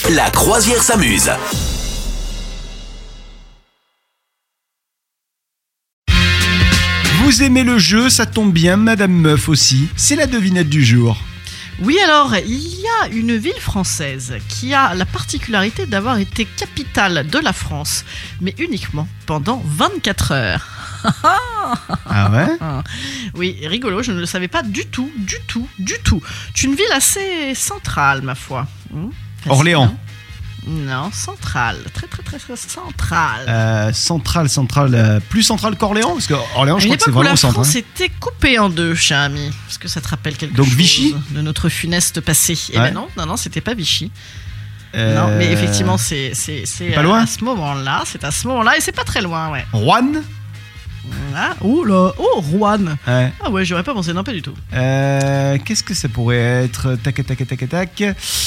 La croisière s'amuse. Vous aimez le jeu, ça tombe bien, Madame Meuf aussi. C'est la devinette du jour. Oui, alors, il y a une ville française qui a la particularité d'avoir été capitale de la France, mais uniquement pendant 24 heures. Ah ouais? Oui, rigolo, je ne le savais pas du tout. C'est une ville assez centrale, ma foi. Orléans. Non, centrale, très centrale. Centrale, plus centrale qu'Orléans, parce que Orléans, je crois que c'est vraiment la central. France était coupée en deux, cher ami. Est-ce que ça te rappelle quelque Donc chose Vichy de notre funeste passé? Eh Ouais. ben non, c'était pas Vichy. Non, mais effectivement, c'est pas loin à ce moment-là, et c'est pas très loin, ouais. Rouen. Ah, oh, Rouen. Ouais. Ah ouais, j'aurais pas pensé, non, pas du tout. Qu'est-ce que ça pourrait être? Tac.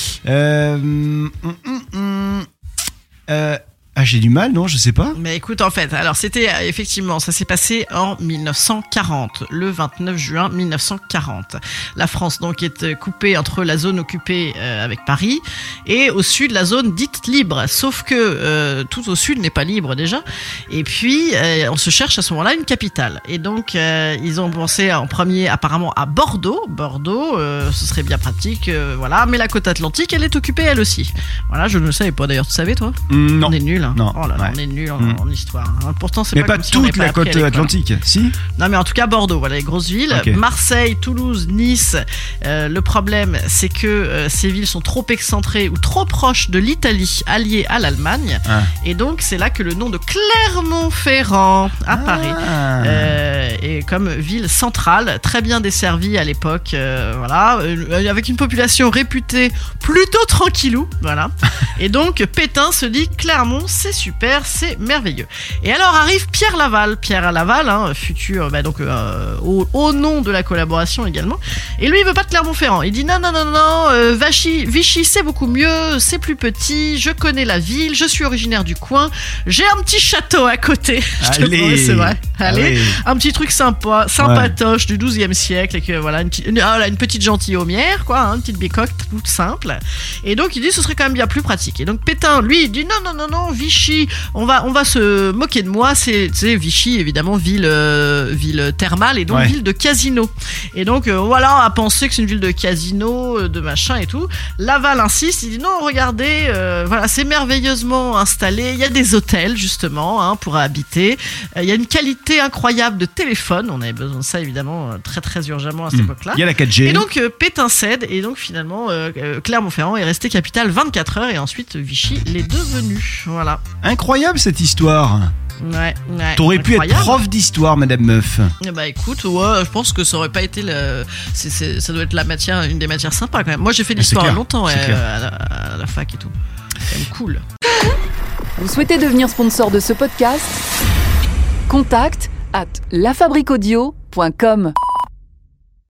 J'ai du mal, non? Je sais pas. Mais écoute, en fait, alors c'était effectivement, ça s'est passé en 1940, le 29 juin 1940. La France donc est coupée entre la zone occupée avec Paris et au sud la zone dite libre. Sauf que tout au sud n'est pas libre déjà. Et puis on se cherche à ce moment-là une capitale. Et donc ils ont pensé en premier apparemment à Bordeaux. Bordeaux, ce serait bien pratique, voilà. Mais la côte atlantique, elle est occupée elle aussi. Voilà, je ne le savais pas d'ailleurs. Tu savais toi? Non. On est nuls. Non. Oh là là, Ouais. on est nuls en histoire. Pourtant, c'est Mais pas pas comme si on toute n'avait la pas appris côte à l'école. atlantique, si? Non, mais en tout cas, Bordeaux, voilà, les grosses villes. Okay. Marseille, Toulouse, Nice. Le problème, c'est que ces villes sont trop excentrées ou trop proches de l'Italie, alliée à l'Allemagne. Ah. Et donc, c'est là que le nom de Clermont-Ferrand apparaît. Et comme ville centrale, très bien desservie à l'époque, voilà, avec une population réputée plutôt tranquillou, voilà. Et donc, Pétain se dit Clermont, c'est super, c'est merveilleux. Et alors arrive Pierre Laval, futur, au nom de la collaboration également. Et lui, il veut pas de Clermont-Ferrand. Il dit non, Vichy, c'est beaucoup mieux, c'est plus petit, je connais la ville, je suis originaire du coin, j'ai un petit château à côté. Je te promets, c'est vrai. Allez, un petit truc sympatoche du 12e siècle, et que voilà, une petite gentilhommière, quoi, une petite bicoque toute simple. Et donc il dit ce serait quand même bien plus pratique. Et donc Pétain, lui, il dit non, Vichy, on va se moquer de moi. C'est Vichy, évidemment, ville thermale et donc ville de casino. Et donc voilà, on a pensé que c'est une ville de casino, de machin et tout. Laval insiste, il dit non, regardez, voilà, c'est merveilleusement installé. Il y a des hôtels justement pour habiter. Il y a une qualité incroyable de téléphone. On avait besoin de ça évidemment très très urgemment à cette époque-là. Il y a la 4G. Et donc Pétain cède et donc finalement Clermont-Ferrand est resté capitale 24 heures et ensuite Vichy l'est devenu. Voilà. Incroyable cette histoire. Ouais. T'aurais pu être Incroyable. prof d'histoire, Madame Meuf. Bah écoute, ouais, je pense que ça aurait pas été ça doit être une des matières sympas quand même. Moi j'ai fait de l'histoire longtemps à la fac et tout. C'est quand même cool. Vous souhaitez devenir sponsor de ce podcast ? Contact @lafabriquaudio.com